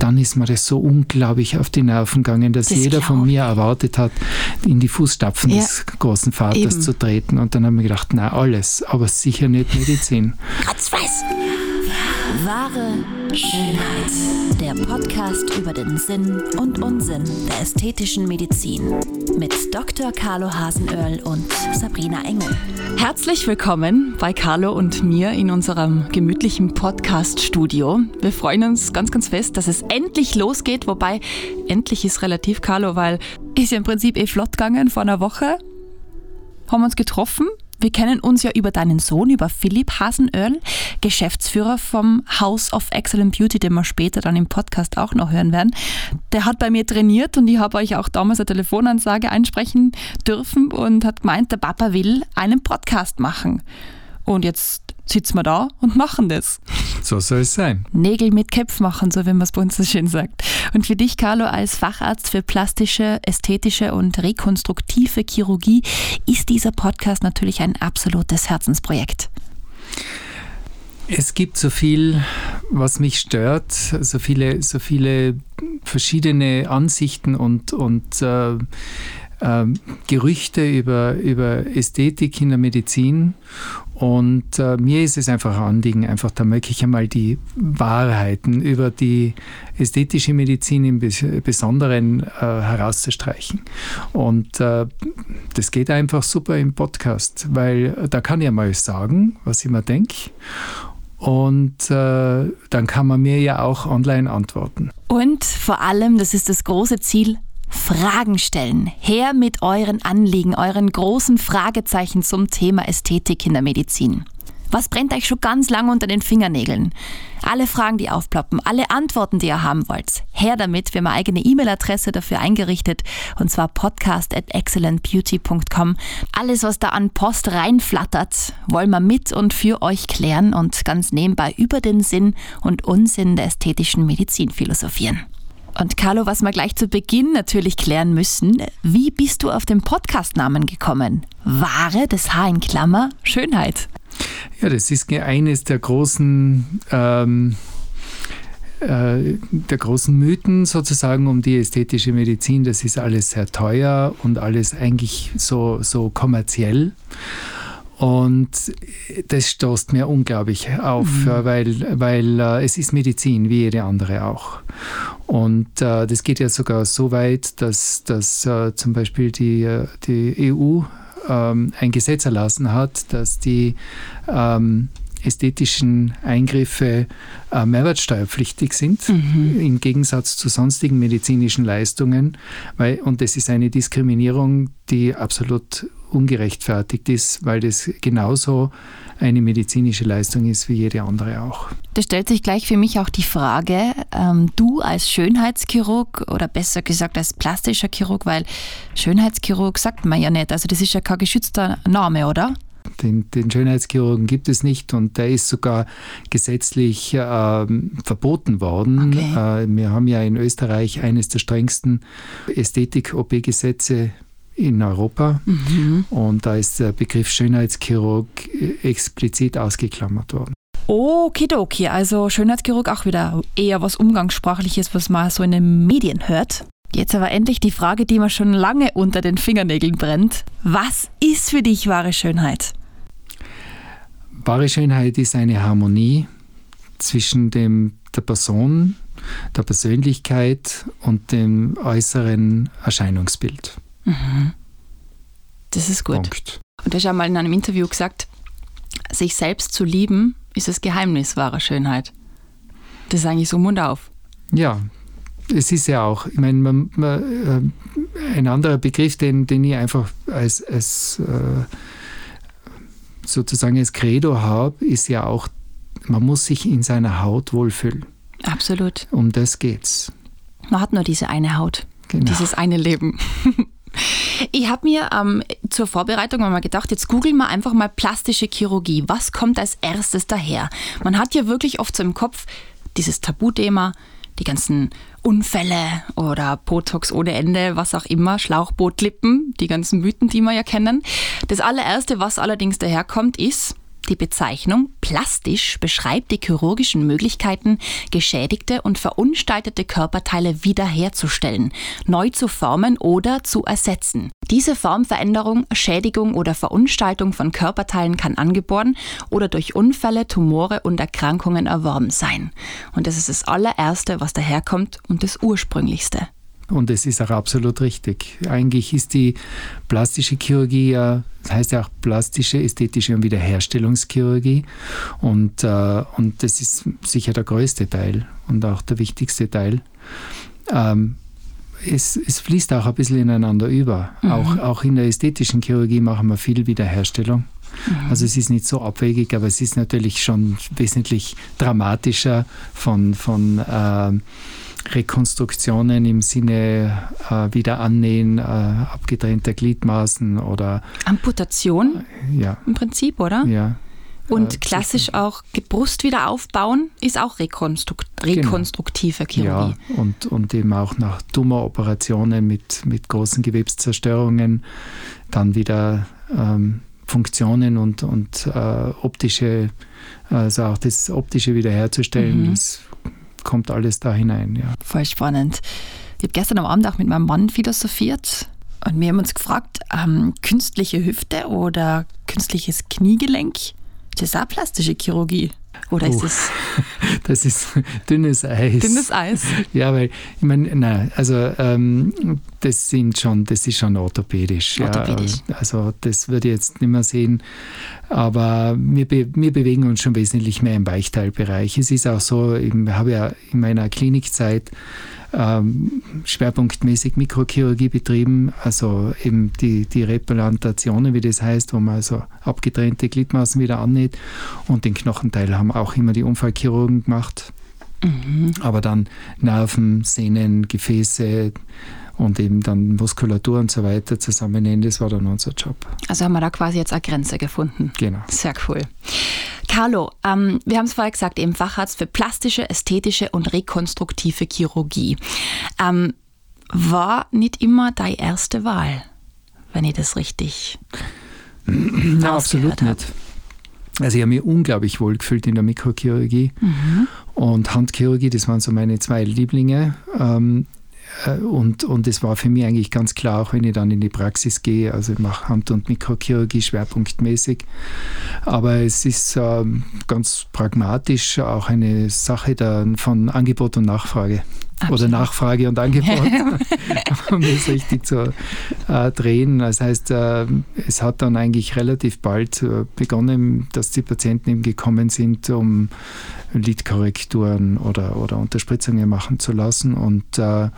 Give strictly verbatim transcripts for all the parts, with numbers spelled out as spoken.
dann ist mir das so unglaublich auf die Nerven gegangen, dass das jeder von mir erwartet hat, in die Fußstapfen ja. des großen Vaters Eben. zu treten. Und dann haben wir gedacht, na alles, aber sicher nicht Medizin. Kratzfress! Wahre Schönheit. Der Podcast über den Sinn und Unsinn der ästhetischen Medizin. Mit Doktor Carlo Hasenöhrl und Sabrina Engel. Herzlich willkommen bei Carlo und mir in unserem gemütlichen Podcast-Studio. Wir freuen uns ganz, ganz fest, dass es endlich losgeht. Wobei, endlich ist relativ, Carlo, weil ist ja im Prinzip eh flott gegangen. Vor einer Woche haben wir uns getroffen. Wir kennen uns ja über deinen Sohn, über Philipp Hasenöhrl, Geschäftsführer vom House of Excellent Beauty, den wir später dann im Podcast auch noch hören werden. Der hat bei mir trainiert und ich habe euch auch damals eine Telefonansage einsprechen dürfen und hat gemeint, der Papa will einen Podcast machen. Und jetzt sitzen wir da und machen das. So soll es sein. Nägel mit Köpf machen, so wie man es bei uns so schön sagt. Und für dich, Carlo, als Facharzt für plastische, ästhetische und rekonstruktive Chirurgie ist dieser Podcast natürlich ein absolutes Herzensprojekt. Es gibt so viel, was mich stört, so viele, so viele verschiedene Ansichten und, und äh, äh, Gerüchte über, über Ästhetik in der Medizin. Und äh, mir ist es einfach ein Anliegen, einfach da wirklich einmal die Wahrheiten über die ästhetische Medizin im Bes- Besonderen äh, herauszustreichen. Und äh, das geht einfach super im Podcast, weil da kann ich mal sagen, was ich mir denke. Und äh, dann kann man mir ja auch online antworten. Und vor allem, das ist das große Ziel, Fragen stellen. Her mit euren Anliegen, euren großen Fragezeichen zum Thema Ästhetik in der Medizin. Was brennt euch schon ganz lange unter den Fingernägeln? Alle Fragen, die aufploppen, alle Antworten, die ihr haben wollt. Her damit, wir haben eine eigene E-Mail-Adresse dafür eingerichtet, und zwar podcast at excellent beauty dot com. Alles, was da an Post reinflattert, wollen wir mit und für euch klären und ganz nebenbei über den Sinn und Unsinn der ästhetischen Medizin philosophieren. Und Carlo, was wir gleich zu Beginn natürlich klären müssen, wie bist du auf den Podcastnamen gekommen? Wahre, das H in Klammer, Schönheit. Ja, das ist eines der großen, ähm, äh, der großen Mythen sozusagen um die ästhetische Medizin. Das ist alles sehr teuer und alles eigentlich so, so kommerziell. Und das stoßt mir unglaublich auf, mhm. weil, weil äh, es ist Medizin, wie jede andere auch. Und äh, das geht ja sogar so weit, dass, dass äh, zum Beispiel die, die E U ähm, ein Gesetz erlassen hat, dass die ähm, ästhetischen Eingriffe äh, mehrwertsteuerpflichtig sind, mhm. im Gegensatz zu sonstigen medizinischen Leistungen. Weil, und das ist eine Diskriminierung, die absolut ungerechtfertigt ist, weil das genauso eine medizinische Leistung ist wie jede andere auch. Da stellt sich gleich für mich auch die Frage, ähm, du als Schönheitschirurg oder besser gesagt als plastischer Chirurg, weil Schönheitschirurg sagt man ja nicht, also das ist ja kein geschützter Name, oder? Den, den Schönheitschirurgen gibt es nicht und der ist sogar gesetzlich äh, verboten worden. Okay. Äh, wir haben ja in Österreich eines der strengsten Ästhetik-O P-Gesetze in Europa, mhm. und da ist der Begriff Schönheitschirurg explizit ausgeklammert worden. Okidoki, also Schönheitschirurg auch wieder eher was Umgangssprachliches, was man so in den Medien hört. Jetzt aber endlich die Frage, die mir schon lange unter den Fingernägeln brennt. Was ist für dich wahre Schönheit? Wahre Schönheit ist eine Harmonie zwischen dem, der Person, der Persönlichkeit und dem äußeren Erscheinungsbild. Mhm. Das ist gut. Punkt. Und du hast ja mal in einem Interview gesagt, sich selbst zu lieben ist das Geheimnis wahrer Schönheit. Das ist eigentlich so Mund auf. Ja, es ist ja auch, ich meine, man, man, äh, ein anderer Begriff, den, den ich einfach als, als äh, sozusagen als Credo habe, ist ja auch, man muss sich in seiner Haut wohlfühlen. Absolut. Um das geht's. Man hat nur diese eine Haut, genau. Dieses eine Leben. Ich habe mir ähm, zur Vorbereitung mal gedacht, jetzt googeln wir einfach mal plastische Chirurgie. Was kommt als erstes daher? Man hat ja wirklich oft so im Kopf dieses Tabuthema, die ganzen Unfälle oder Botox ohne Ende, was auch immer, Schlauchbootlippen, die ganzen Mythen, die wir ja kennen. Das allererste, was allerdings daherkommt, ist Die Bezeichnung plastisch beschreibt die chirurgischen Möglichkeiten, geschädigte und verunstaltete Körperteile wiederherzustellen, neu zu formen oder zu ersetzen. Diese Formveränderung, Schädigung oder Verunstaltung von Körperteilen kann angeboren oder durch Unfälle, Tumore und Erkrankungen erworben sein. Und das ist das allererste, was daherkommt und das ursprünglichste. Und es ist auch absolut richtig. Eigentlich ist die plastische Chirurgie ja, das heißt ja auch plastische, ästhetische und Wiederherstellungschirurgie. Und, äh, und das ist sicher der größte Teil und auch der wichtigste Teil. Ähm, es, es fließt auch ein bisschen ineinander über. Mhm. Auch, auch in der ästhetischen Chirurgie machen wir viel Wiederherstellung. Mhm. Also es ist nicht so abwegig, aber es ist natürlich schon wesentlich dramatischer von, von äh, Rekonstruktionen im Sinne äh, wieder annähen, äh, abgetrennter Gliedmaßen oder Amputation äh, ja. im Prinzip, oder? Ja. Und äh, klassisch auch Brust wieder aufbauen ist auch rekonstrukt, rekonstruktive Chirurgie. Ja, und, und eben auch nach Tumoroperationen mit, mit großen Gewebszerstörungen dann wieder ähm, Funktionen und, und äh, optische, also auch das Optische wiederherzustellen, mhm. das kommt alles da hinein. Ja. Voll spannend. Ich habe gestern am Abend auch mit meinem Mann philosophiert und wir haben uns gefragt, ähm, künstliche Hüfte oder künstliches Kniegelenk, das ist auch plastische Chirurgie. Oder ist oh, es? Das ist dünnes Eis. Dünnes Eis. Ja, weil, ich meine, nein, also ähm, das sind schon, das ist schon orthopädisch. Orthopädisch. Ja, also das würde ich jetzt nicht mehr sehen. Aber wir, be- wir bewegen uns schon wesentlich mehr im Weichteilbereich. Es ist auch so, ich habe ja in meiner Klinikzeit ähm, schwerpunktmäßig Mikrochirurgie betrieben, also eben die, die Replantationen, wie das heißt, wo man also abgetrennte Gliedmaßen wieder annäht, und den Knochenteil haben auch immer die Unfallchirurgen gemacht. Mhm. Aber dann Nerven, Sehnen, Gefäße und eben dann Muskulatur und so weiter zusammennehmen, das war dann unser Job. Also haben wir da quasi jetzt eine Grenze gefunden. Genau. Sehr cool. Carlo, ähm, wir haben es vorher gesagt, eben Facharzt für plastische, ästhetische und rekonstruktive Chirurgie. Ähm, war nicht immer deine erste Wahl, wenn ich das richtig Na, absolut hab. nicht. Also ich habe mich unglaublich wohl gefühlt in der Mikrochirurgie mhm. und Handchirurgie, das waren so meine zwei Lieblinge. Ähm, Und, und es war für mich eigentlich ganz klar, auch wenn ich dann in die Praxis gehe, also ich mache Hand- und Mikrochirurgie schwerpunktmäßig, aber es ist ähm, ganz pragmatisch auch eine Sache der, von Angebot und Nachfrage. Absolut. Oder Nachfrage und Angebot, um das richtig zu äh, drehen. Das heißt, äh, es hat dann eigentlich relativ bald äh, begonnen, dass die Patienten eben gekommen sind, um Lidkorrekturen oder, oder Unterspritzungen machen zu lassen. Und äh,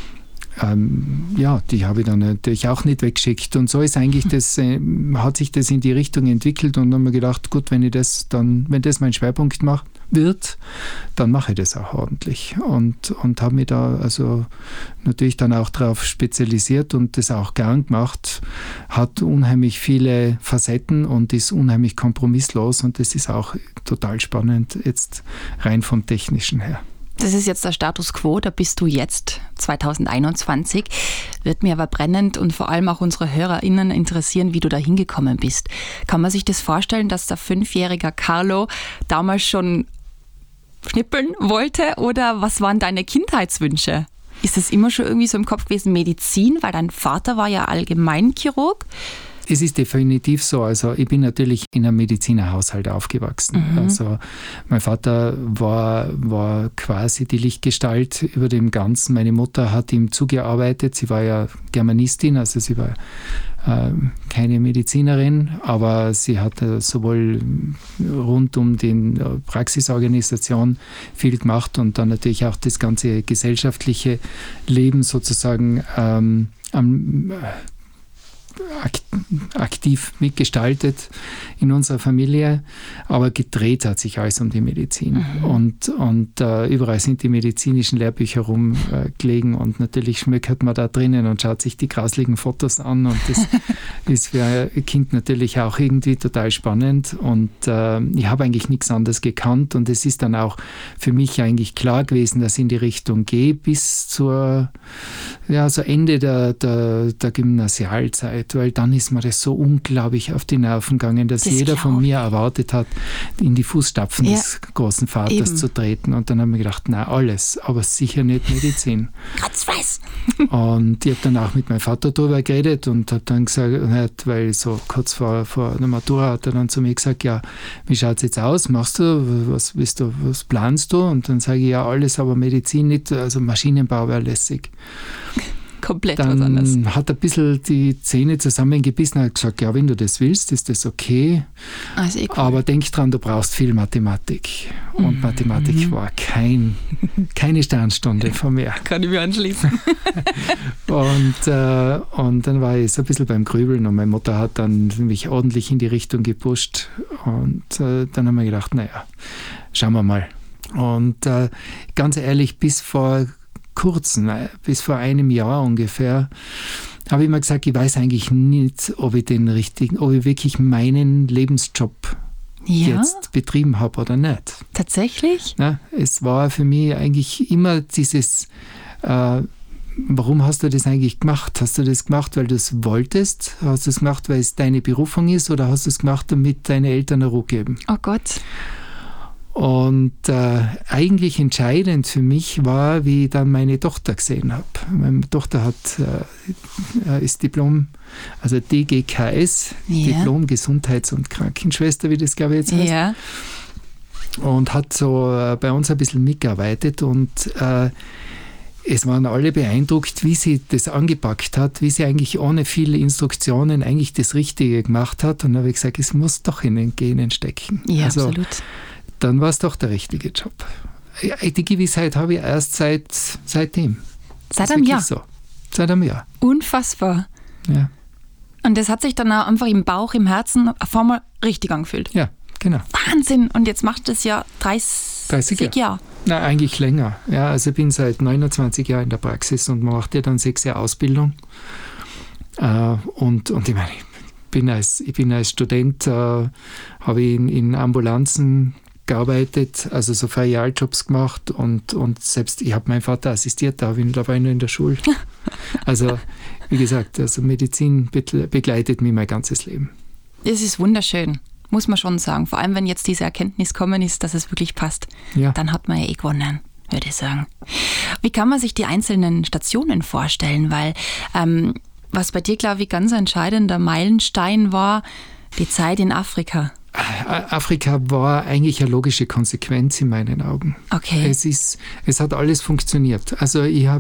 ähm, ja, die habe ich dann natürlich auch nicht weggeschickt. Und so ist eigentlich das, äh, hat sich das in die Richtung entwickelt, und dann haben wir gedacht, gut, wenn ich das dann, wenn das mein Schwerpunkt macht, wird, dann mache ich das auch ordentlich. Und, und habe mich da also natürlich dann auch darauf spezialisiert und das auch gern gemacht. Hat unheimlich viele Facetten und ist unheimlich kompromisslos, und das ist auch total spannend, jetzt rein vom Technischen her. Das ist jetzt der Status quo, da bist du jetzt, zwanzig einundzwanzig. Wird mir aber brennend und vor allem auch unsere HörerInnen interessieren, wie du da hingekommen bist. Kann man sich das vorstellen, dass der fünfjährige Carlo damals schon schnippeln wollte, oder was waren deine Kindheitswünsche? Ist es immer schon irgendwie so im Kopf gewesen, Medizin, weil dein Vater war ja Allgemeinchirurg? Es ist definitiv so. Also ich bin natürlich in einem Medizinerhaushalt aufgewachsen. Mhm. Also mein Vater war, war quasi die Lichtgestalt über dem Ganzen. Meine Mutter hat ihm zugearbeitet. Sie war ja Germanistin, also sie war äh, keine Medizinerin, aber sie hat äh, sowohl rund um die Praxisorganisation viel gemacht und dann natürlich auch das ganze gesellschaftliche Leben sozusagen ähm, am aktiv mitgestaltet in unserer Familie, aber gedreht hat sich alles um die Medizin. Mhm. Und, und äh, überall sind die medizinischen Lehrbücher rumgelegen äh, und natürlich schmökert man da drinnen und schaut sich die grausligen Fotos an, und das ist für ein Kind natürlich auch irgendwie total spannend, und äh, ich habe eigentlich nichts anderes gekannt, und es ist dann auch für mich eigentlich klar gewesen, dass ich in die Richtung gehe bis zur ja, so Ende der, der, der Gymnasialzeit. nicht, weil dann ist mir das so unglaublich auf die Nerven gegangen, dass Das jeder glaub von mir ich. erwartet hat, in die Fußstapfen Ja. des großen Vaters Eben. zu treten. Und dann habe ich mir gedacht, na alles, aber sicher nicht Medizin. Kratzweiß. Und ich habe dann auch mit meinem Vater darüber geredet und habe dann gesagt, weil so kurz vor, vor einer Matura hat er dann zu mir gesagt, ja, wie schaut es jetzt aus? Machst du? Was willst du? Was planst du? Und dann sage ich, ja, alles, aber Medizin nicht, also Maschinenbau wäre lässig. Komplett was anderes. Dann hat er ein bisschen die Zähne zusammengebissen und hat gesagt, ja, wenn du das willst, ist das okay. Also eh cool. Aber denk dran, du brauchst viel Mathematik. Und Mhm. Mathematik war kein, keine Sternstunde von mir. Kann ich mir anschließen. Und, äh, und dann war ich so ein bisschen beim Grübeln und meine Mutter hat dann mich ordentlich in die Richtung gepusht. Und äh, dann haben wir gedacht, naja, schauen wir mal. Und äh, ganz ehrlich, bis vor kurzem, bis vor einem Jahr ungefähr, habe ich mir gesagt, ich weiß eigentlich nicht, ob ich den richtigen, ob ich wirklich meinen Lebensjob Ja, jetzt betrieben habe oder nicht. tatsächlich? Ja, es war für mich eigentlich immer dieses, äh, warum hast du das eigentlich gemacht? Hast du das gemacht, weil du es wolltest? Hast du es gemacht, weil es deine Berufung ist? Oder hast du es gemacht, damit deine Eltern eine Ruhe geben? Oh Gott. Und äh, eigentlich entscheidend für mich war, wie ich dann meine Tochter gesehen habe. Meine Tochter hat äh, ist Diplom, also D G K S, Ja. Diplom Gesundheits- und Krankenschwester, wie das glaube ich jetzt heißt. Ja. Und hat so äh, bei uns ein bisschen mitgearbeitet und äh, es waren alle beeindruckt, wie sie das angepackt hat, wie sie eigentlich ohne viele Instruktionen eigentlich das Richtige gemacht hat. Und dann habe ich gesagt, es muss doch in den Genen stecken. Ja, also, absolut. dann war es doch der richtige Job. Ja, die Gewissheit habe ich erst seit seitdem. Seit Das ist einem wirklich Jahr. So. Seit einem Jahr. Unfassbar. Ja, Und das hat sich dann auch einfach im Bauch, im Herzen auf einmal richtig angefühlt. ja genau. Wahnsinn. Und jetzt machst du das ja dreißig, dreißig Jahre. Jahre. Na, eigentlich länger. Ja, also ich bin seit neunundzwanzig Jahren in der Praxis und man macht ja dann sechs Jahre Ausbildung. Äh, und, und ich meine, ich bin als, ich bin als Student, äh, habe ich in, in Ambulanzen gearbeitet, also so Ferialjobs gemacht und, und selbst, ich habe meinen Vater assistiert, da, da war ich noch in der Schule. Also, wie gesagt, also Medizin begleitet mich mein ganzes Leben. Das ist wunderschön, muss man schon sagen. Vor allem, wenn jetzt diese Erkenntnis kommen ist, dass es wirklich passt. Ja. Dann hat man ja eh gewonnen, würde ich sagen. Wie kann man sich die einzelnen Stationen vorstellen? Weil ähm, was bei dir, glaube ich, ganz entscheidender Meilenstein war, die Zeit in Afrika. Afrika war eigentlich eine logische Konsequenz in meinen Augen. Okay. Es ist, es hat alles funktioniert. Also ich habe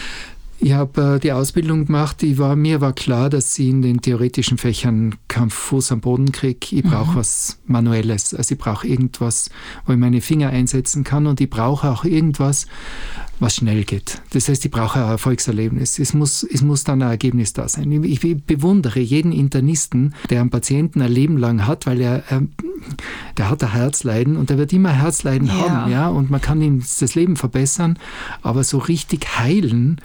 ich hab, äh, die Ausbildung gemacht. Ich war, mir war klar, dass ich in den theoretischen Fächern keinen Fuß am Boden kriege. Ich brauche Mhm. was Manuelles. Also ich brauche irgendwas, wo ich meine Finger einsetzen kann und ich brauche auch irgendwas, was schnell geht. Das heißt, ich brauche ein Erfolgserlebnis. Es muss, es muss dann ein Ergebnis da sein. Ich, ich bewundere jeden Internisten, der einen Patienten ein Leben lang hat, weil er, er der hat ein Herzleiden und der wird immer Herzleiden Ja. haben, ja, und man kann ihm das Leben verbessern, aber so richtig heilen,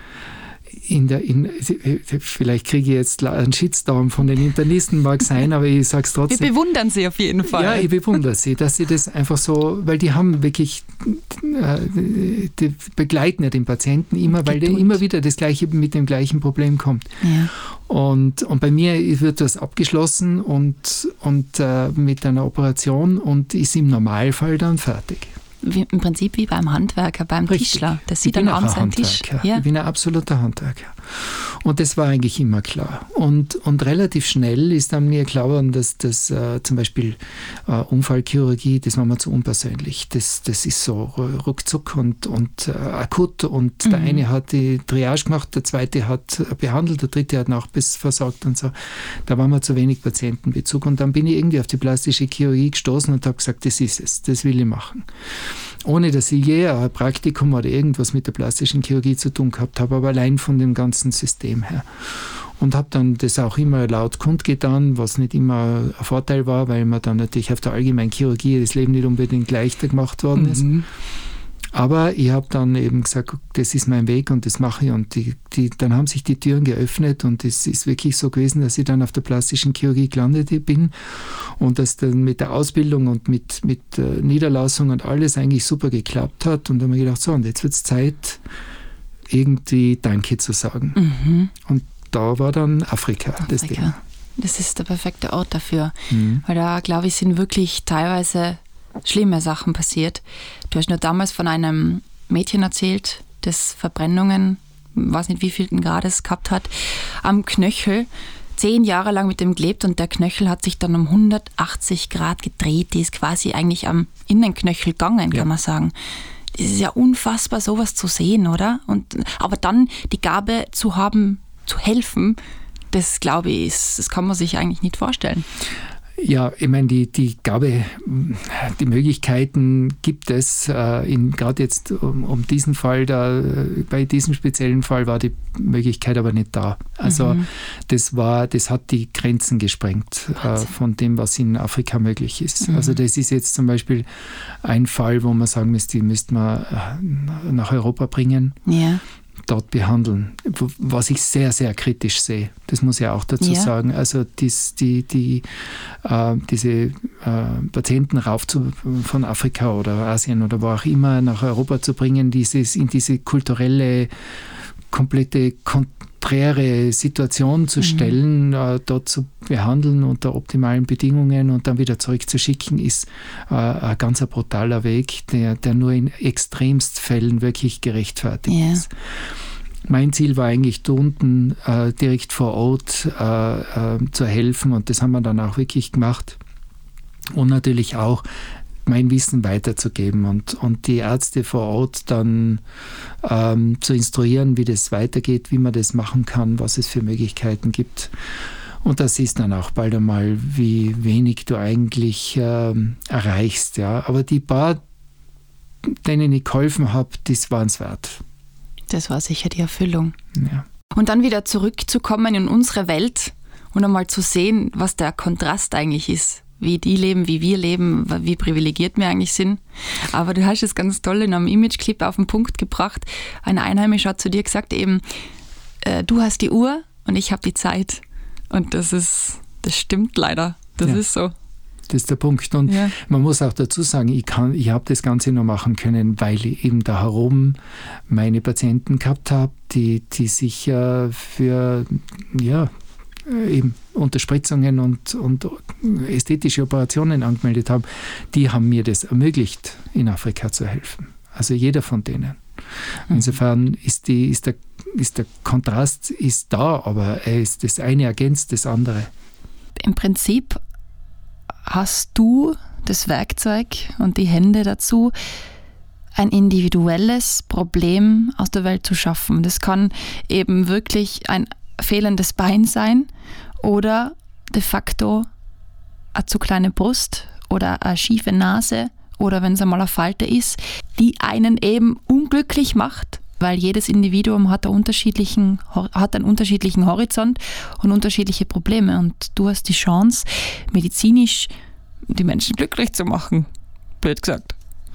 in der, in, vielleicht kriege ich jetzt einen Shitstorm von den Internisten, mag sein, aber ich sage es Wir trotzdem. bewundern sie auf jeden Fall. Ja, ich bewundere sie, dass sie das einfach so, weil die haben wirklich, äh, die begleiten ja den Patienten immer, weil der Geduld. immer wieder das gleiche mit dem gleichen Problem kommt. Ja. Und, und bei mir wird das abgeschlossen und, und äh, mit einer Operation und ist im Normalfall dann fertig. Wie, im Prinzip wie beim Handwerker, beim Richtig. Tischler. Das Ich sieht bin dann auch abends ein ein Tisch. Handwerker. Ja. Ich bin ein absoluter Handwerker. Und das war eigentlich immer klar. Und, und relativ schnell ist dann mir klar geworden, dass das äh, zum Beispiel äh, Unfallchirurgie, das war mir zu unpersönlich. Das, das ist so ruckzuck und, und äh, akut. Und der Mhm. eine hat die Triage gemacht, der zweite hat behandelt, der dritte hat noch bis versorgt und so. Da war mir zu wenig Patientenbezug. Und dann bin ich irgendwie auf die plastische Chirurgie gestoßen und habe gesagt, das ist es, das will ich machen. Ohne dass ich je ein Praktikum oder irgendwas mit der plastischen Chirurgie zu tun gehabt habe, aber allein von dem ganzen System her. Und habe dann das auch immer laut kundgetan, was nicht immer ein Vorteil war, weil man dann natürlich auf der allgemeinen Chirurgie das Leben nicht unbedingt leichter gemacht worden ist. Mhm. Aber ich habe dann eben gesagt, das ist mein Weg und das mache ich. Und die, die, dann haben sich die Türen geöffnet und es ist wirklich so gewesen, dass ich dann auf der plastischen Chirurgie gelandet bin und dass dann mit der Ausbildung und mit, mit äh, Niederlassung und alles eigentlich super geklappt hat. Und dann habe ich gedacht, so, und jetzt wird es Zeit, irgendwie Danke zu sagen. Mhm. Und da war dann Afrika, Afrika. das Thema. Das ist der perfekte Ort dafür, Mhm. weil da, glaube ich, sind wirklich teilweise schlimme Sachen passiert. Du hast nur damals von einem Mädchen erzählt, das Verbrennungen, weiß nicht wie viel Grad es gehabt hat, am Knöchel, zehn Jahre lang mit dem gelebt und der Knöchel hat sich dann um hundertachtzig Grad gedreht. Die ist quasi eigentlich am Innenknöchel gegangen, kann Ja. man sagen. Das ist ja unfassbar, sowas zu sehen, oder? Und, aber dann die Gabe zu haben, zu helfen, das glaube ich, ist, das kann man sich eigentlich nicht vorstellen. Ja, ich meine, die, die Gabe, die Möglichkeiten gibt es. Äh, gerade jetzt um, um diesen Fall, da, bei diesem speziellen Fall war die Möglichkeit aber nicht da. Also Mhm. das war, das hat die Grenzen gesprengt äh, von dem, was in Afrika möglich ist. Mhm. Also das ist jetzt zum Beispiel ein Fall, wo man sagen müsste, die müsste man äh, nach Europa bringen. Ja. Dort behandeln, was ich sehr, sehr kritisch sehe. Das muss ich auch dazu Ja. sagen. Also dies, die, die, äh, diese äh, Patienten rauf zu, von Afrika oder Asien oder wo auch immer nach Europa zu bringen, dieses, in diese kulturelle, komplette, konträre Situation zu Mhm. stellen, äh, dort zu behandeln unter optimalen Bedingungen und dann wieder zurückzuschicken, ist äh, ein ganz ein brutaler Weg, der, der nur in extremst Fällen wirklich gerechtfertigt Ja. ist. Mein Ziel war eigentlich, da unten äh, direkt vor Ort äh, äh, zu helfen und das haben wir dann auch wirklich gemacht. Und natürlich auch mein Wissen weiterzugeben und, und die Ärzte vor Ort dann ähm, zu instruieren, wie das weitergeht, wie man das machen kann, was es für Möglichkeiten gibt. Und das ist dann auch bald einmal, wie wenig du eigentlich ähm, erreichst. Ja. Aber die paar, denen ich geholfen habe, das waren es wert. Das war sicher die Erfüllung. Ja. Und dann wieder zurückzukommen in unsere Welt und einmal zu sehen, was der Kontrast eigentlich ist. Wie die leben, wie wir leben, wie privilegiert wir eigentlich sind. Aber du hast es ganz toll in einem Imageclip auf den Punkt gebracht. Ein Einheimischer hat zu dir gesagt eben, äh, du hast die Uhr und ich habe die Zeit. Und das ist, das stimmt leider. Das Ja. ist so. Das ist der Punkt. Und Ja. man muss auch dazu sagen, ich, kann, ich habe das Ganze nur machen können, weil ich eben da herum meine Patienten gehabt habe, die, die sich äh, für ja, äh, eben Unterspritzungen und, und ästhetische Operationen angemeldet haben. Die haben mir das ermöglicht, in Afrika zu helfen. Also jeder von denen. Insofern ist, die, ist, der, ist der Kontrast ist da, aber er ist, das eine ergänzt das andere. Im Prinzip hast du das Werkzeug und die Hände dazu, ein individuelles Problem aus der Welt zu schaffen. Das kann eben wirklich ein fehlendes Bein sein oder de facto eine zu kleine Brust oder eine schiefe Nase oder wenn es einmal eine Falte ist, die einen eben unglücklich macht, weil jedes Individuum hat einen unterschiedlichen, hat einen unterschiedlichen Horizont und unterschiedliche Probleme. Und du hast die Chance, medizinisch die Menschen glücklich zu machen, blöd gesagt.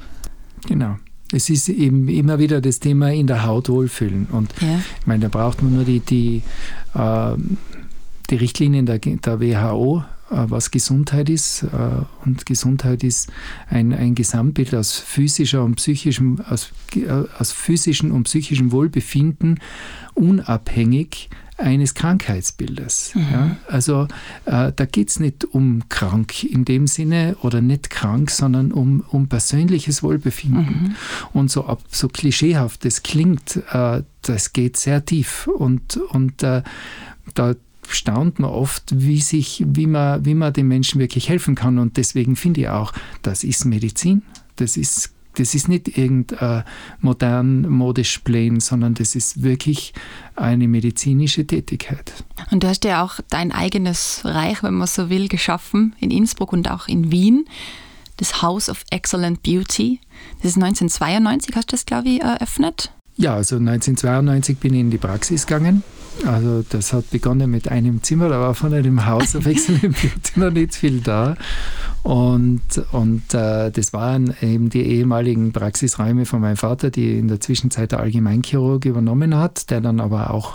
Genau. Es ist eben immer wieder das Thema in der Haut wohlfühlen. Und Ja. ich meine, da braucht man nur die, die, äh, die Richtlinien der, der W H O, äh, was Gesundheit ist. Äh, und Gesundheit ist ein, ein Gesamtbild aus physischer und psychischem, aus, äh, aus physischem und psychischem Wohlbefinden, unabhängig eines Krankheitsbildes. Mhm. Ja? Also äh, da geht es nicht um krank in dem Sinne oder nicht krank, sondern um, um persönliches Wohlbefinden. Mhm. Und so, ab, so klischeehaft das klingt, äh, das geht sehr tief. Und, und äh, da staunt man oft, wie, sich, wie, man, wie man den Menschen wirklich helfen kann. Und deswegen finde ich auch, das ist Medizin. Das ist Das ist nicht irgendein modern, modisch Plain, sondern das ist wirklich eine medizinische Tätigkeit. Und du hast ja auch dein eigenes Reich, wenn man so will, geschaffen in Innsbruck und auch in Wien. Das House of Excellent Beauty. Das ist neunzehnhundertzweiundneunzig, hast du das, glaube ich, eröffnet? Ja, also neunzehnhundertzweiundneunzig bin ich in die Praxis gegangen. Also das hat begonnen mit einem Zimmer, da war von einem House of Excellent Beauty noch nicht viel da. Und, und äh, das waren eben die ehemaligen Praxisräume von meinem Vater, die in der Zwischenzeit der Allgemeinchirurg übernommen hat, der dann aber auch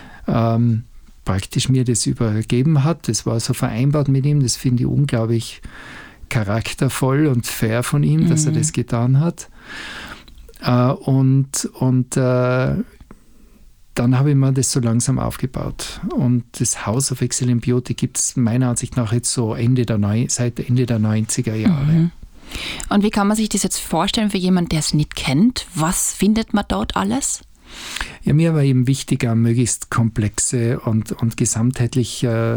ähm, praktisch mir das übergeben hat. Das war so vereinbart mit ihm, das finde ich unglaublich charaktervoll und fair von ihm, mhm. dass er das getan hat. Uh, und und uh, dann habe ich mir das so langsam aufgebaut. Und das House of Excellent Beauty gibt es meiner Ansicht nach jetzt so Ende der Neu- seit Ende der neunziger Jahre. Mhm. Und wie kann man sich das jetzt vorstellen für jemanden, der es nicht kennt? Was findet man dort alles? Ja, mir war eben wichtiger, möglichst komplexe und, und gesamtheitlich äh,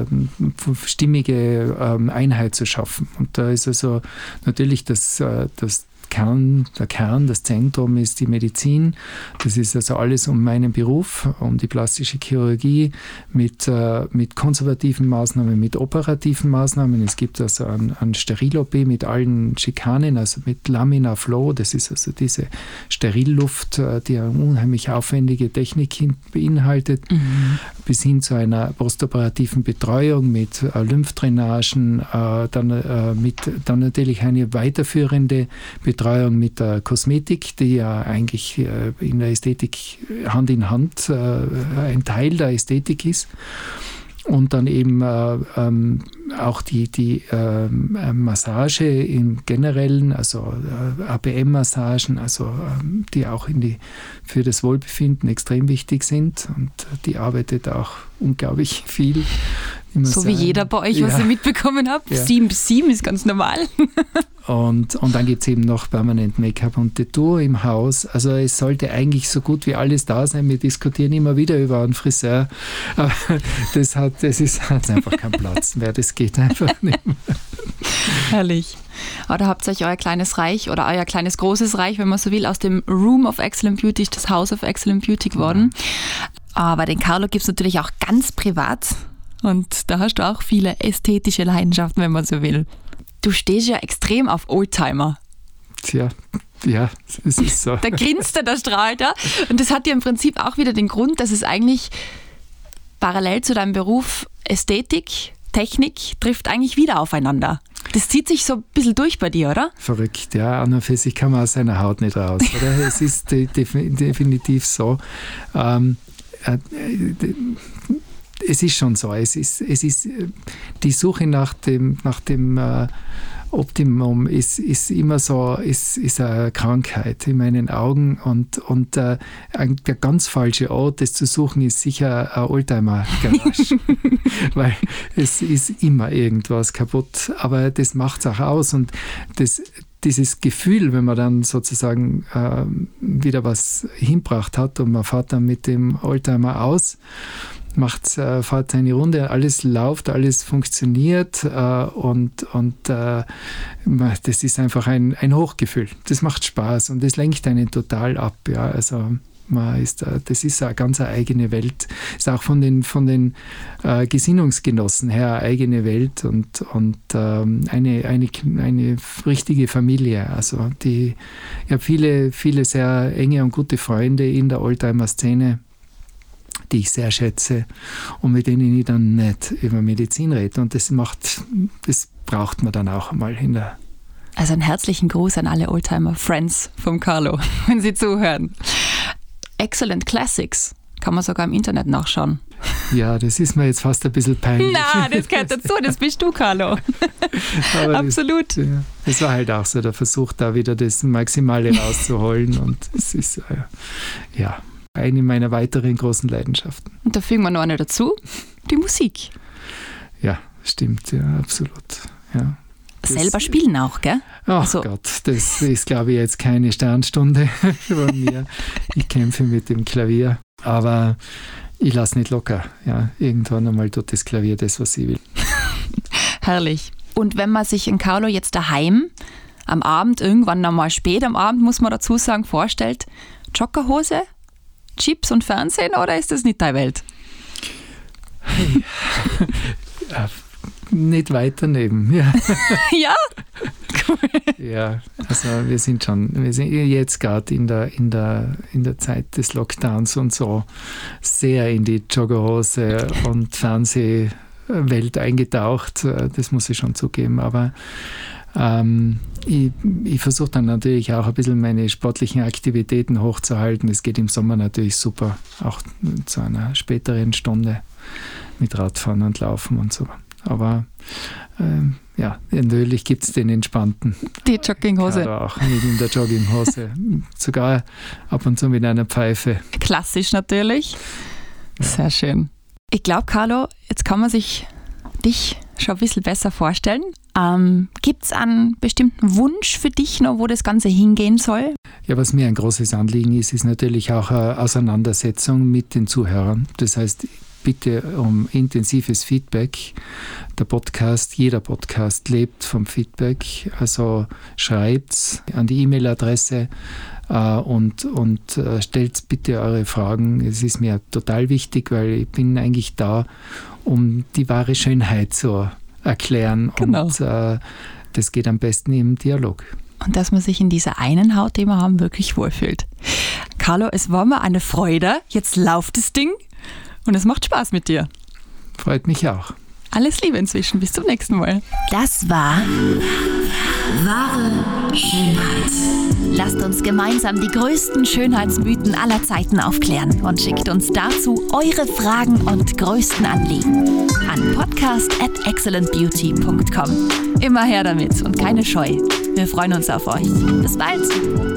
stimmige äh, Einheit zu schaffen. Und da ist also natürlich das, äh, das Kern, der Kern, das Zentrum ist die Medizin. Das ist also alles um meinen Beruf, um die plastische Chirurgie mit, äh, mit konservativen Maßnahmen, mit operativen Maßnahmen. Es gibt also ein, ein Steril-O P mit allen Schikanen, also mit Laminar Flow. Das ist also diese Sterilluft, äh, die eine unheimlich aufwendige Technik beinhaltet, mhm. bis hin zu einer postoperativen Betreuung mit äh, Lymphdrainagen, äh, dann, äh, mit, dann natürlich eine weiterführende Betreuung Betreuung mit der Kosmetik, die ja eigentlich in der Ästhetik Hand in Hand ein Teil der Ästhetik ist. Und dann eben äh, ähm, auch die, die äh, Massage im Generellen, also äh, A B M-Massagen, also äh, die auch in die, für das Wohlbefinden extrem wichtig sind. Und die arbeitet auch unglaublich viel. So sagen. Wie jeder bei euch, was ja. ich mitbekommen habe. Ja. Sieben bis sieben ist ganz normal. Und, und dann gibt es eben noch permanent Make-up und Tattoo im Haus. Also es sollte eigentlich so gut wie alles da sein. Wir diskutieren immer wieder über einen Friseur. Aber das hat, das ist, hat einfach keinen Platz mehr. Das geht einfach nicht mehr. Herrlich. Aber da habt ihr euch euer kleines Reich oder euer kleines großes Reich, wenn man so will, aus dem Room of Excellent Beauty ist das House of Excellent Beauty geworden. Aber den Carlo gibt es natürlich auch ganz privat. Und da hast du auch viele ästhetische Leidenschaften, wenn man so will. Du stehst ja extrem auf Oldtimer. Tja, ja, es ist so. Da grinst er, da strahlt er. Und das hat ja im Prinzip auch wieder den Grund, dass es eigentlich parallel zu deinem Beruf Ästhetik, Technik trifft eigentlich wieder aufeinander. Das zieht sich so ein bisschen durch bei dir, oder? Verrückt, ja. An und für sich kann man aus seiner Haut nicht raus. Oder? Es ist de- de- definitiv so. Ähm, äh, de- Es ist schon so. Es ist, es ist die Suche nach dem, nach dem äh, Optimum ist, ist immer so, ist, ist eine Krankheit in meinen Augen. Und, und äh, der ganz falsche Ort, das zu suchen, ist sicher ein Oldtimer-Garage. Weil es ist immer irgendwas kaputt. Aber das macht es auch aus. Und das dieses Gefühl, wenn man dann sozusagen äh, wieder was hinbracht hat und man fährt dann mit dem Oldtimer aus, macht, äh, fährt seine Runde, alles läuft, alles funktioniert äh, und, und äh, das ist einfach ein, ein Hochgefühl. Das macht Spaß und das lenkt einen total ab. Ja. Also man ist, das ist eine ganz eigene Welt. Ist auch von den, von den äh, Gesinnungsgenossen her eine eigene Welt und, und ähm, eine, eine, eine richtige Familie. Also die, ich habe viele, viele sehr enge und gute Freunde in der Oldtimer-Szene, die ich sehr schätze und mit denen ich dann nicht über Medizin rede. Und das macht, das braucht man dann auch mal in der. Also einen herzlichen Gruß an alle Oldtimer-Friends vom Carlo, wenn Sie zuhören. Excellent Classics kann man sogar im Internet nachschauen. Ja, das ist mir jetzt fast ein bisschen peinlich. Na, das gehört dazu, das bist du, Carlo. Absolut. Das, ja, das war halt auch so der Versuch, da wieder das Maximale rauszuholen und es ist, äh, ja, eine meiner weiteren großen Leidenschaften. Und da fügen wir noch eine dazu, die Musik. Ja, stimmt, ja, absolut. Ja. Selber spielen auch, gell? Ach also. Gott, das ist, glaube ich, jetzt keine Sternstunde von mir. Ich kämpfe mit dem Klavier, aber ich lasse nicht locker. Ja, irgendwann einmal tut das Klavier das, was ich will. Herrlich. Und wenn man sich in Carlo jetzt daheim am Abend, irgendwann einmal spät am Abend, muss man dazu sagen, vorstellt, Joggerhose, Chips und Fernsehen, oder ist das nicht deine Welt? Ja, nicht weit daneben. Ja. Ja? Cool. Ja, also wir sind schon, wir sind jetzt gerade in der, in, der, in der Zeit des Lockdowns und so sehr in die Joggerhose und Fernsehwelt eingetaucht. Das muss ich schon zugeben. Aber ähm, ich, ich versuche dann natürlich auch ein bisschen meine sportlichen Aktivitäten hochzuhalten. Es geht im Sommer natürlich super, auch zu einer späteren Stunde mit Radfahren und Laufen und so. Aber ähm, ja, natürlich gibt es den entspannten. Die Jogginghose. Kader auch mit in der Jogginghose. Sogar ab und zu mit einer Pfeife. Klassisch natürlich. Ja. Sehr schön. Ich glaube, Carlo, jetzt kann man sich dich schon ein bisschen besser vorstellen. Ähm, Gibt es einen bestimmten Wunsch für dich noch, wo das Ganze hingehen soll? Ja, was mir ein großes Anliegen ist, ist natürlich auch eine Auseinandersetzung mit den Zuhörern. Das heißt, bitte um intensives Feedback. Der Podcast, jeder Podcast lebt vom Feedback. Also schreibt an die E-Mail-Adresse äh, und, und äh, stellt bitte eure Fragen. Es ist mir total wichtig, weil ich bin eigentlich da, um die wahre Schönheit zu erklären. Genau. Und äh, das geht am besten im Dialog. Und dass man sich in dieser einen Haut, die wir haben, wirklich wohlfühlt. Carlo, es war mir eine Freude. Jetzt läuft das Ding und es macht Spaß mit dir. Freut mich auch. Alles Liebe inzwischen. Bis zum nächsten Mal. Das war Wahre Schönheit. Lasst uns gemeinsam die größten Schönheitsmythen aller Zeiten aufklären und schickt uns dazu eure Fragen und größten Anliegen an podcast at excellent beauty punkt com. Immer her damit und keine Scheu. Wir freuen uns auf euch. Bis bald!